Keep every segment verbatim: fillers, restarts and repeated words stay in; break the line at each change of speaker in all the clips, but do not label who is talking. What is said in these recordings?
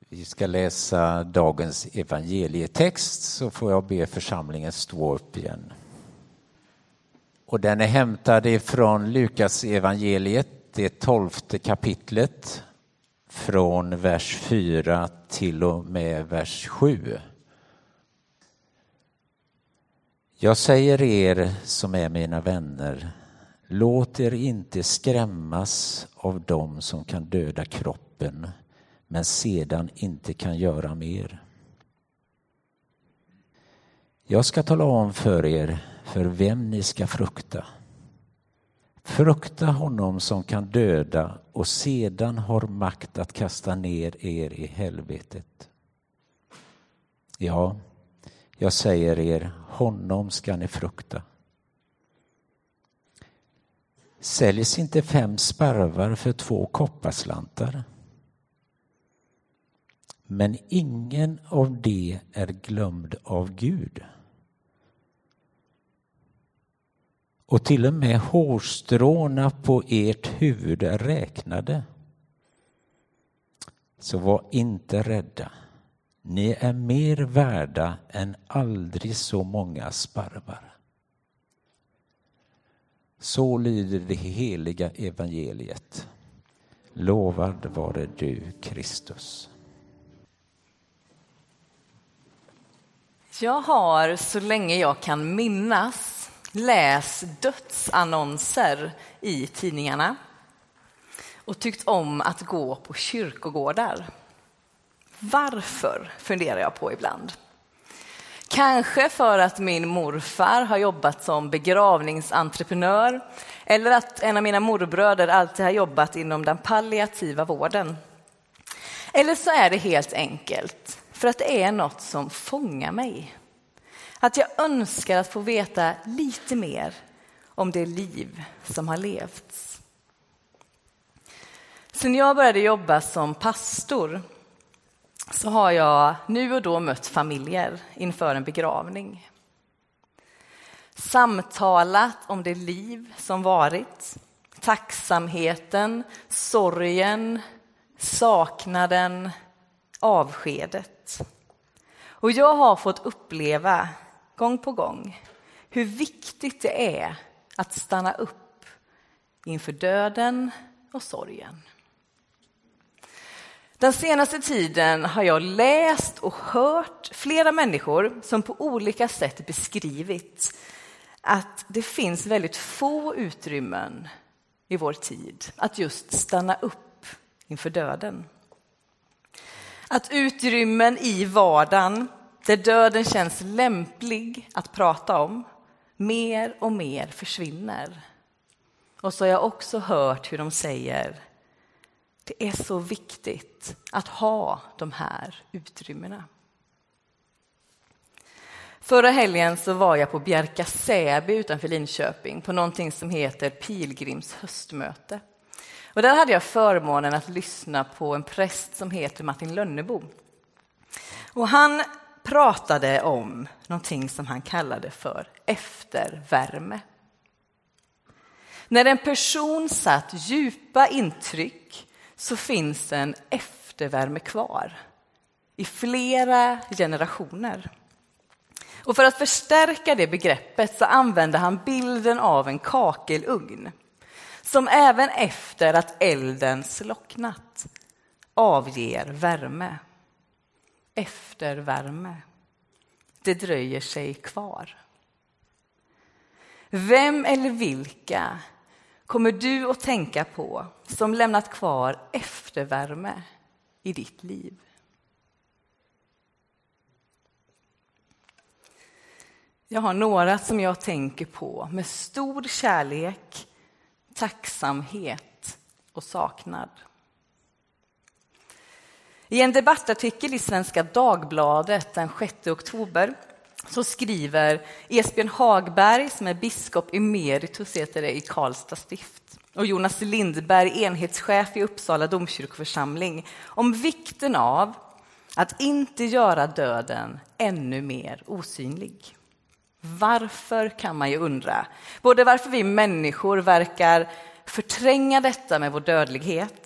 Vi ska läsa dagens evangelietext, så får jag be församlingen stå upp igen. Och den är hämtad ifrån Lukas evangeliet, det tolfte kapitlet, från vers fyra till och med vers sju. Jag säger er som är mina vänner, låt er inte skrämmas av dem som kan döda kroppen, men sedan inte kan göra mer. Jag ska tala om för er för vem ni ska frukta. Frukta honom som kan döda och sedan har makt att kasta ner er i helvetet. Ja, jag säger er, honom ska ni frukta. Säljs inte fem sparvar för två kopparslantar? Men ingen av det är glömd av Gud. Och till och med hårstråna på ert huvud är räknade. Så var inte rädda. Ni är mer värda än aldrig så många sparvar. Så lyder det heliga evangeliet. Lovad vare du, Kristus.
Jag har så länge jag kan minnas läst dödsannonser i tidningarna och tyckt om att gå på kyrkogårdar. Varför, funderar jag på ibland. Kanske för att min morfar har jobbat som begravningsentreprenör eller att en av mina morbröder alltid har jobbat inom den palliativa vården. Eller så är det helt enkelt för att det är något som fångar mig. Att jag önskar att få veta lite mer om det liv som har levts. Sen jag började jobba som pastor så har jag nu och då mött familjer inför en begravning. Samtalat om det liv som varit, tacksamheten, sorgen, saknaden, avskedet. Och jag har fått uppleva gång på gång hur viktigt det är att stanna upp inför döden och sorgen. Den senaste tiden har jag läst och hört flera människor som på olika sätt beskrivit att det finns väldigt få utrymmen i vår tid att just stanna upp inför döden. Att utrymmen i vardagen där döden känns lämplig att prata om mer och mer försvinner. Och så har jag också hört hur de säger det är så viktigt att ha de här utrymmena. Förra helgen så var jag på Bjärka Säby utanför Linköping på någonting som heter Pilgrims höstmöte. Och där hade jag förmånen att lyssna på en präst som heter Martin Lönnebo. Och han pratade om någonting som han kallade för eftervärme. När en person satt djupa intryck så finns en eftervärme kvar i flera generationer. Och för att förstärka det begreppet så använde han bilden av en kakelugn som även efter att elden slocknat avger värme. Eftervärme. Det dröjer sig kvar. Vem eller vilka kommer du att tänka på som lämnat kvar eftervärme i ditt liv? Jag har några som jag tänker på med stor kärlek, tacksamhet och saknad. I en debattartikel i Svenska Dagbladet den sjätte oktober så skriver Esbjörn Hagberg, som är biskop emeritus heter det, i Karlstad stift, och Jonas Lindberg, enhetschef i Uppsala domkyrkoförsamling, om vikten av att inte göra döden ännu mer osynlig. Varför, kan man ju undra. Både varför vi människor verkar förtränga detta med vår dödlighet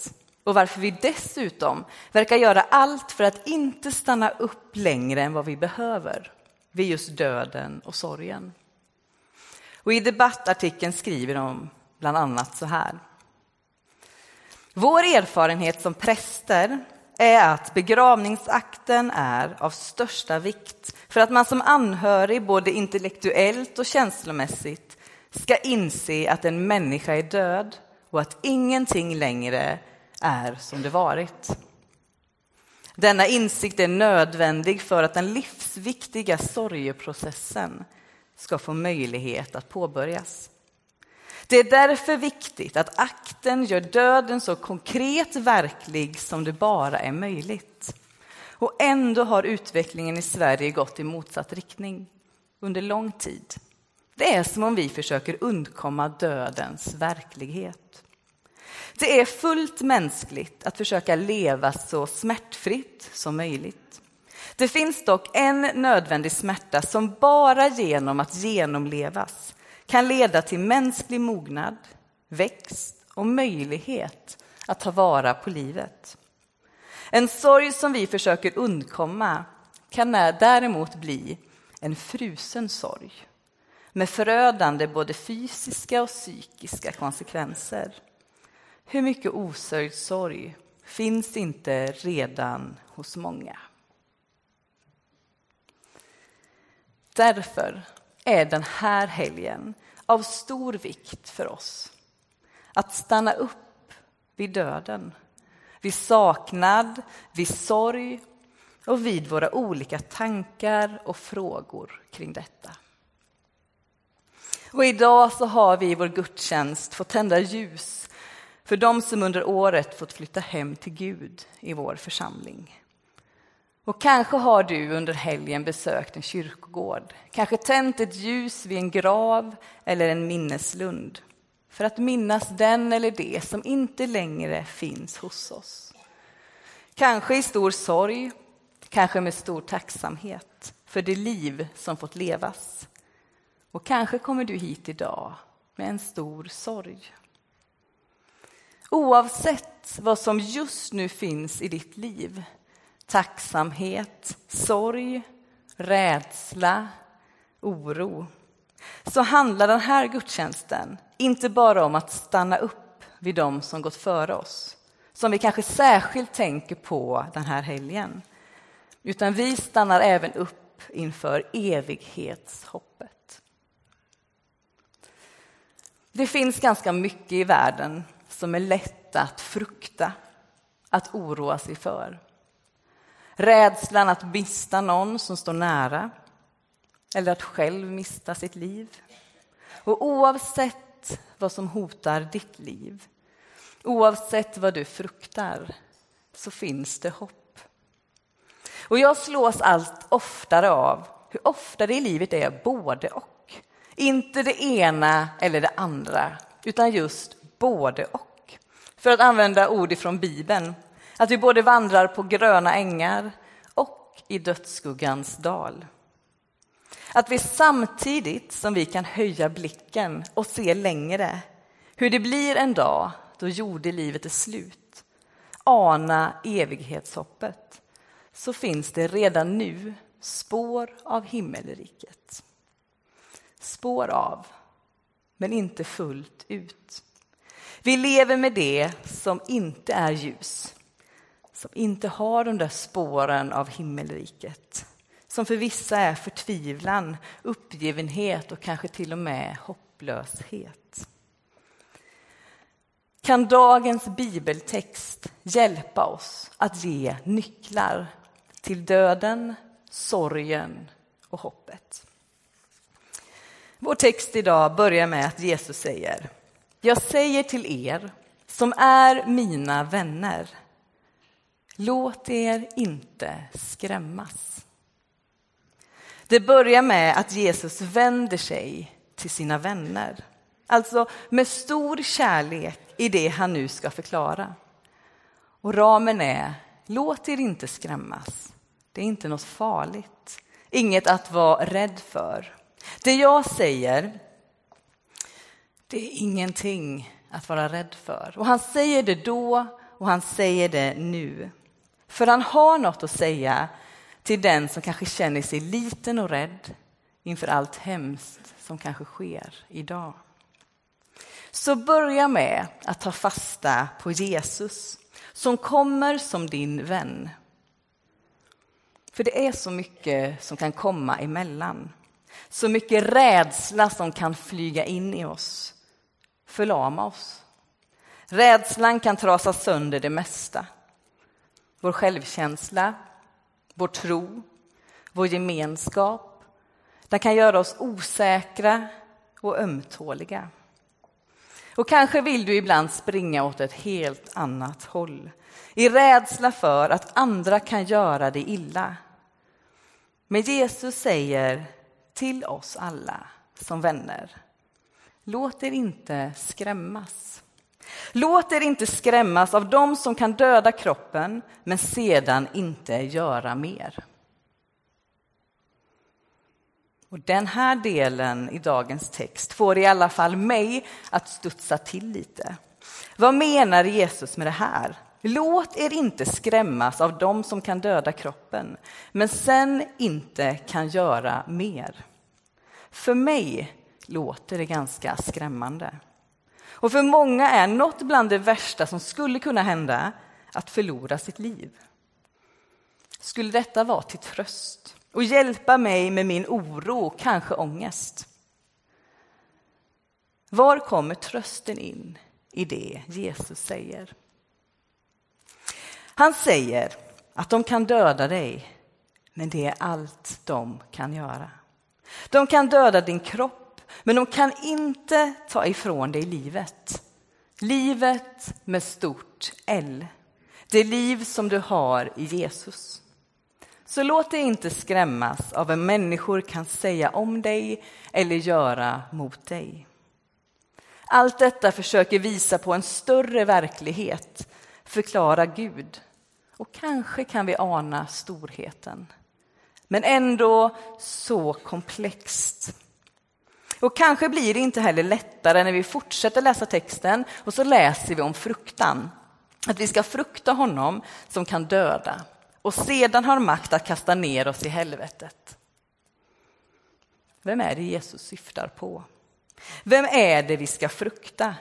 och varför vi dessutom verkar göra allt för att inte stanna upp längre än vad vi behöver vid just döden och sorgen. Och i debattartikeln skriver de bland annat så här. Vår erfarenhet som präster är att begravningsakten är av största vikt för att man som anhörig både intellektuellt och känslomässigt ska inse att en människa är död och att ingenting längre är som det varit. Denna insikt är nödvändig för att den livsviktiga sorgeprocessen ska få möjlighet att påbörjas. Det är därför viktigt att akten gör döden så konkret verklig som det bara är möjligt. Och ändå har utvecklingen i Sverige gått i motsatt riktning under lång tid. Det är som om vi försöker undkomma dödens verklighet. Det är fullt mänskligt att försöka leva så smärtfritt som möjligt. Det finns dock en nödvändig smärta som bara genom att genomlevas kan leda till mänsklig mognad, växt och möjlighet att ta vara på livet. En sorg som vi försöker undkomma kan däremot bli en frusen sorg med förödande både fysiska och psykiska konsekvenser. Hur mycket osörjd sorg finns inte redan hos många? Därför är den här helgen av stor vikt för oss att stanna upp vid döden, vid saknad, vid sorg och vid våra olika tankar och frågor kring detta. Och idag så har vi i vår gudstjänst fått tända ljus för de som under året fått flytta hem till Gud i vår församling. Och kanske har du under helgen besökt en kyrkogård, kanske tänt ett ljus vid en grav eller en minneslund för att minnas den eller det som inte längre finns hos oss. Kanske i stor sorg, kanske med stor tacksamhet för det liv som fått levas. Och kanske kommer du hit idag med en stor sorg. Oavsett vad som just nu finns i ditt liv, tacksamhet, sorg, rädsla, oro, så handlar den här gudstjänsten inte bara om att stanna upp vid dem som gått före oss, som vi kanske särskilt tänker på den här helgen, utan vi stannar även upp inför evighetshoppet. Det finns ganska mycket i världen som är lätt att frukta, att oroa sig för. Rädslan att mista någon som står nära eller att själv mista sitt liv. Och oavsett vad som hotar ditt liv, oavsett vad du fruktar, så finns det hopp. Och jag slås allt oftare av hur ofta det i livet är både och. Inte det ena eller det andra, utan just både och. För att använda ord ifrån Bibeln, att vi både vandrar på gröna ängar och i dödsskuggans dal. Att vi samtidigt som vi kan höja blicken och se längre hur det blir en dag då jordelivet är slut, ana evighetshoppet, så finns det redan nu spår av himmelriket. Spår av, men inte fullt ut. Vi lever med det som inte är ljus, som inte har de där spåren av himmelriket, som för vissa är förtvivlan, uppgivenhet och kanske till och med hopplöshet. Kan dagens bibeltext hjälpa oss att ge nycklar till döden, sorgen och hoppet? Vår text idag börjar med att Jesus säger: jag säger till er som är mina vänner, låt er inte skrämmas. Det börjar med att Jesus vänder sig till sina vänner. Alltså med stor kärlek i det han nu ska förklara. Och ramen är: låt er inte skrämmas. Det är inte något farligt. Inget att vara rädd för. Det jag säger, det är ingenting att vara rädd för. Och han säger det då och han säger det nu. För han har något att säga till den som kanske känner sig liten och rädd inför allt hemskt som kanske sker idag. Så börja med att ta fasta på Jesus som kommer som din vän. För det är så mycket som kan komma emellan. Så mycket rädsla som kan flyga in i oss. Förlama oss. Rädslan kan trasa sönder det mesta. Vår självkänsla, vår tro, vår gemenskap. Den kan göra oss osäkra och ömtåliga. Och kanske vill du ibland springa åt ett helt annat håll. I rädsla för att andra kan göra dig illa. Men Jesus säger till oss alla som vänner: låt er inte skrämmas. Låt er inte skrämmas av dem som kan döda kroppen men sedan inte göra mer. Och den här delen i dagens text får i alla fall mig att studsa till lite. Vad menar Jesus med det här? Låt er inte skrämmas av dem som kan döda kroppen men sen inte kan göra mer. För mig låter det ganska skrämmande. Och för många är något bland det värsta som skulle kunna hända att förlora sitt liv. Skulle detta vara till tröst och hjälpa mig med min oro och kanske ångest? Var kommer trösten in i det Jesus säger? Han säger att de kan döda dig, men det är allt de kan göra. De kan döda din kropp, men de kan inte ta ifrån dig livet. Livet med stort L. Det liv som du har i Jesus. Så låt dig inte skrämmas av vad människor kan säga om dig eller göra mot dig. Allt detta försöker visa på en större verklighet, förklara Gud. Och kanske kan vi ana storheten. Men ändå så komplext. Och kanske blir det inte heller lättare när vi fortsätter läsa texten och så läser vi om fruktan. Att vi ska frukta honom som kan döda och sedan har makt att kasta ner oss i helvetet. Vem är det Jesus syftar på? Vem är det vi ska frukta?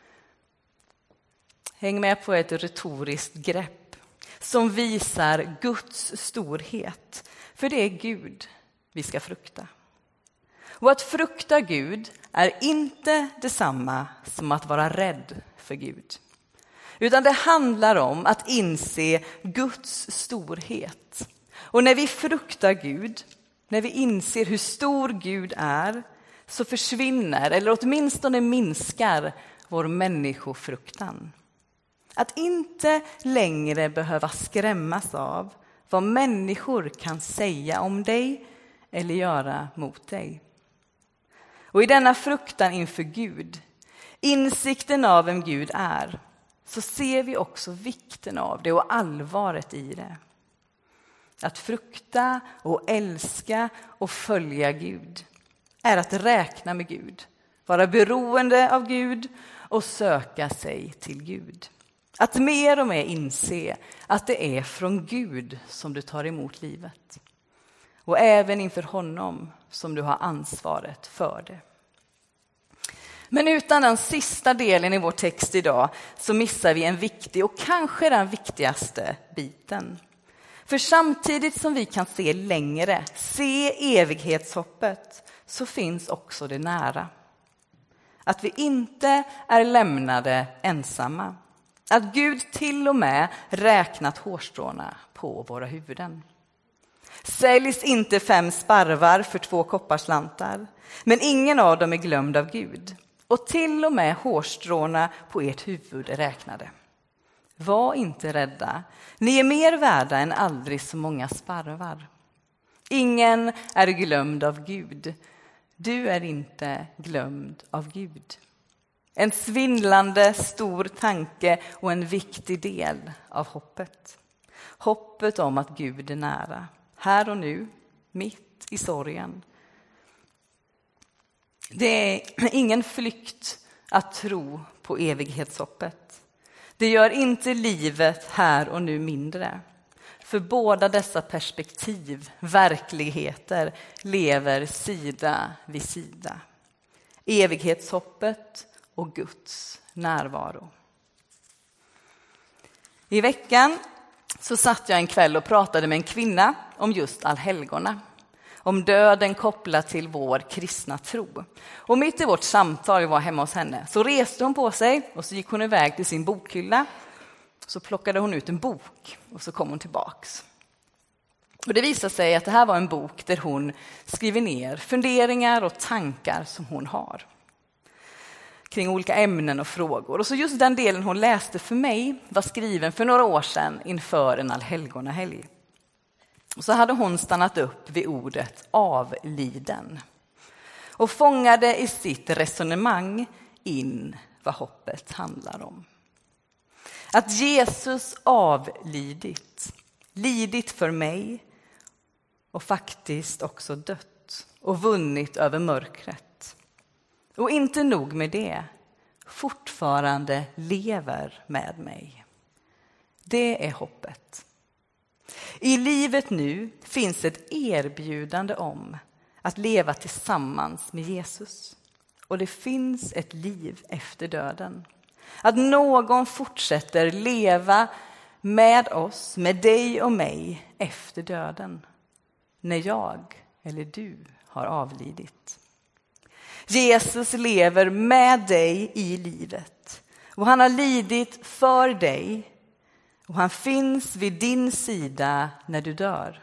Häng med på ett retoriskt grepp som visar Guds storhet. För det är Gud vi ska frukta. Och att frukta Gud är inte detsamma som att vara rädd för Gud. Utan det handlar om att inse Guds storhet. Och när vi fruktar Gud, när vi inser hur stor Gud är, så försvinner, eller åtminstone minskar, vår människofruktan. Att inte längre behöva skrämmas av vad människor kan säga om dig eller göra mot dig. Och i denna fruktan inför Gud, insikten av vem Gud är, så ser vi också vikten av det och allvaret i det. Att frukta och älska och följa Gud är att räkna med Gud, vara beroende av Gud och söka sig till Gud. Att mer och mer inse att det är från Gud som du tar emot livet. Och även inför honom som du har ansvaret för det. Men utan den sista delen i vår text idag så missar vi en viktig och kanske den viktigaste biten. För samtidigt som vi kan se längre, se evighetshoppet, så finns också det nära. Att vi inte är lämnade ensamma. Att Gud till och med räknat hårstråna på våra huvuden. Säljs inte fem sparvar för två kopparslantar, men ingen av dem är glömd av Gud. Och till och med hårstråna på ert huvud är räknade. Var inte rädda, ni är mer värda än aldrig så många sparvar. Ingen är glömd av Gud, du är inte glömd av Gud. En svindlande stor tanke och en viktig del av hoppet. Hoppet om att Gud är nära, här och nu, mitt i sorgen. Det är ingen flykt att tro på evighetshoppet. Det gör inte livet här och nu mindre. För båda dessa perspektiv, verkligheter, lever sida vid sida. Evighetshoppet och Guds närvaro. I veckan så satt jag en kväll och pratade med en kvinna om just allhelgona. Om döden kopplad till vår kristna tro. Och mitt i vårt samtal, vi var hemma hos henne, så reste hon på sig och så gick hon iväg till sin bokhylla. Så plockade hon ut en bok och så kom hon tillbaks. Och det visade sig att det här var en bok där hon skriver ner funderingar och tankar som hon har. Kring olika ämnen och frågor. Och så just den delen hon läste för mig var skriven för några år sedan inför en allhelgonahelg. Och så hade hon stannat upp vid ordet avliden. Och fångade i sitt resonemang in vad hoppet handlar om. Att Jesus avlidit, lidit för mig och faktiskt också dött och vunnit över mörkret. Och inte nog med det, fortfarande lever med mig. Det är hoppet. I livet nu finns ett erbjudande om att leva tillsammans med Jesus. Och det finns ett liv efter döden. Att någon fortsätter leva med oss, med dig och mig efter döden. När jag eller du har avlidit. Jesus lever med dig i livet. Och han har lidit för dig. Och han finns vid din sida när du dör.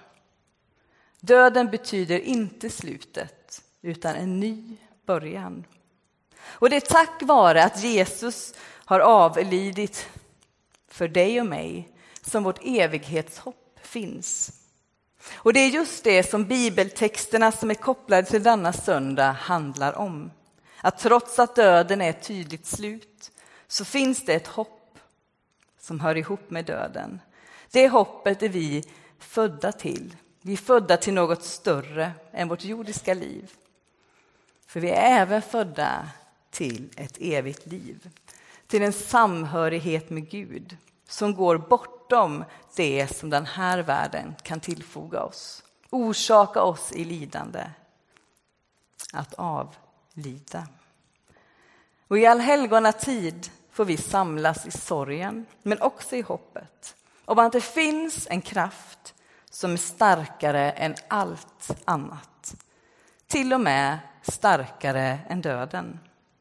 Döden betyder inte slutet utan en ny början. Och det är tack vare att Jesus har avlidit för dig och mig som vårt evighetshopp finns. Och det är just det som bibeltexterna som är kopplade till denna söndag handlar om. Att trots att döden är ett tydligt slut så finns det ett hopp som hör ihop med döden. Det hoppet är vi födda till. Vi är födda till något större än vårt jordiska liv. För vi är även födda till ett evigt liv. Till en samhörighet med Gud som går bortom det som den här världen kan tillfoga oss. Orsaka oss i lidande. Att avlida. Och i allhelgona tid får vi samlas i sorgen men också i hoppet. Om att det finns en kraft som är starkare än allt annat. Till och med starkare än döden.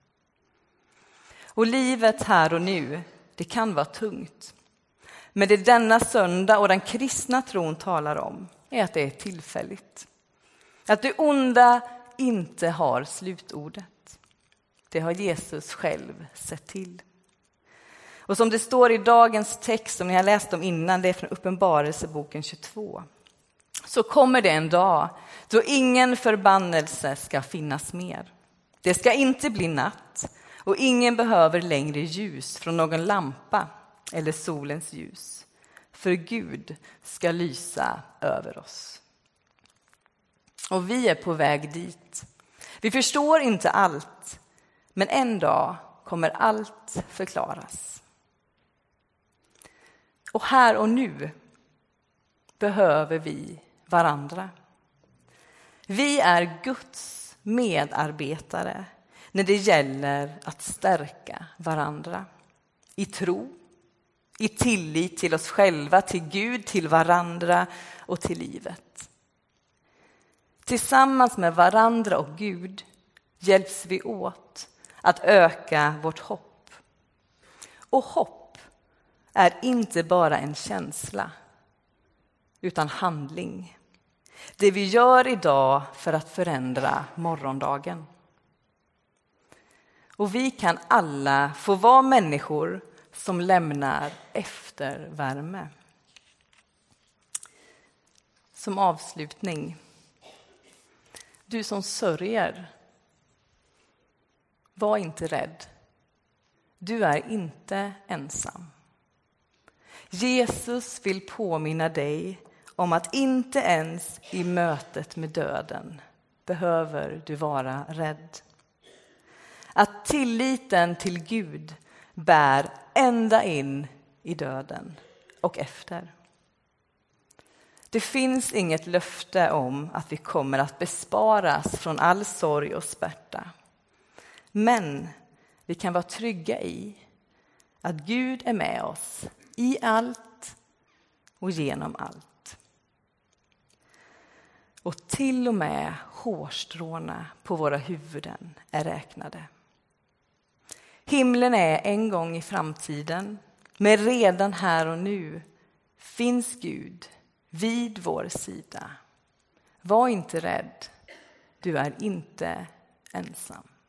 Och livet här och nu, det kan vara tungt. Men det denna söndag och den kristna tron talar om är att det är tillfälligt. Att det onda inte har slutordet. Det har Jesus själv sett till. Och som det står i dagens text som ni har läst om innan, det är från Uppenbarelseboken tjugotvå. Så kommer det en dag då ingen förbannelse ska finnas mer. Det ska inte bli natt och ingen behöver längre ljus från någon lampa eller solens ljus. För Gud ska lysa över oss. Och vi är på väg dit. Vi förstår inte allt, men en dag kommer allt förklaras. Och här och nu behöver vi varandra. Vi är Guds medarbetare när det gäller att stärka varandra. I tro, i tillit till oss själva, till Gud, till varandra och till livet. Tillsammans med varandra och Gud hjälps vi åt att öka vårt hopp. Och hopp är inte bara en känsla utan handling. Det vi gör idag för att förändra morgondagen. Och vi kan alla få vara människor som lämnar eftervärme. Som avslutning. Du som sörjer, var inte rädd. Du är inte ensam. Jesus vill påminna dig om att inte ens i mötet med döden behöver du vara rädd. Att tilliten till Gud bär ända in i döden och efter. Det finns inget löfte om att vi kommer att besparas från all sorg och smärta. Men vi kan vara trygga i att Gud är med oss i allt och genom allt. Och till och med hårstråna på våra huvuden är räknade. Himlen är en gång i framtiden, men redan här och nu finns Gud vid vår sida. Var inte rädd, du är inte ensam.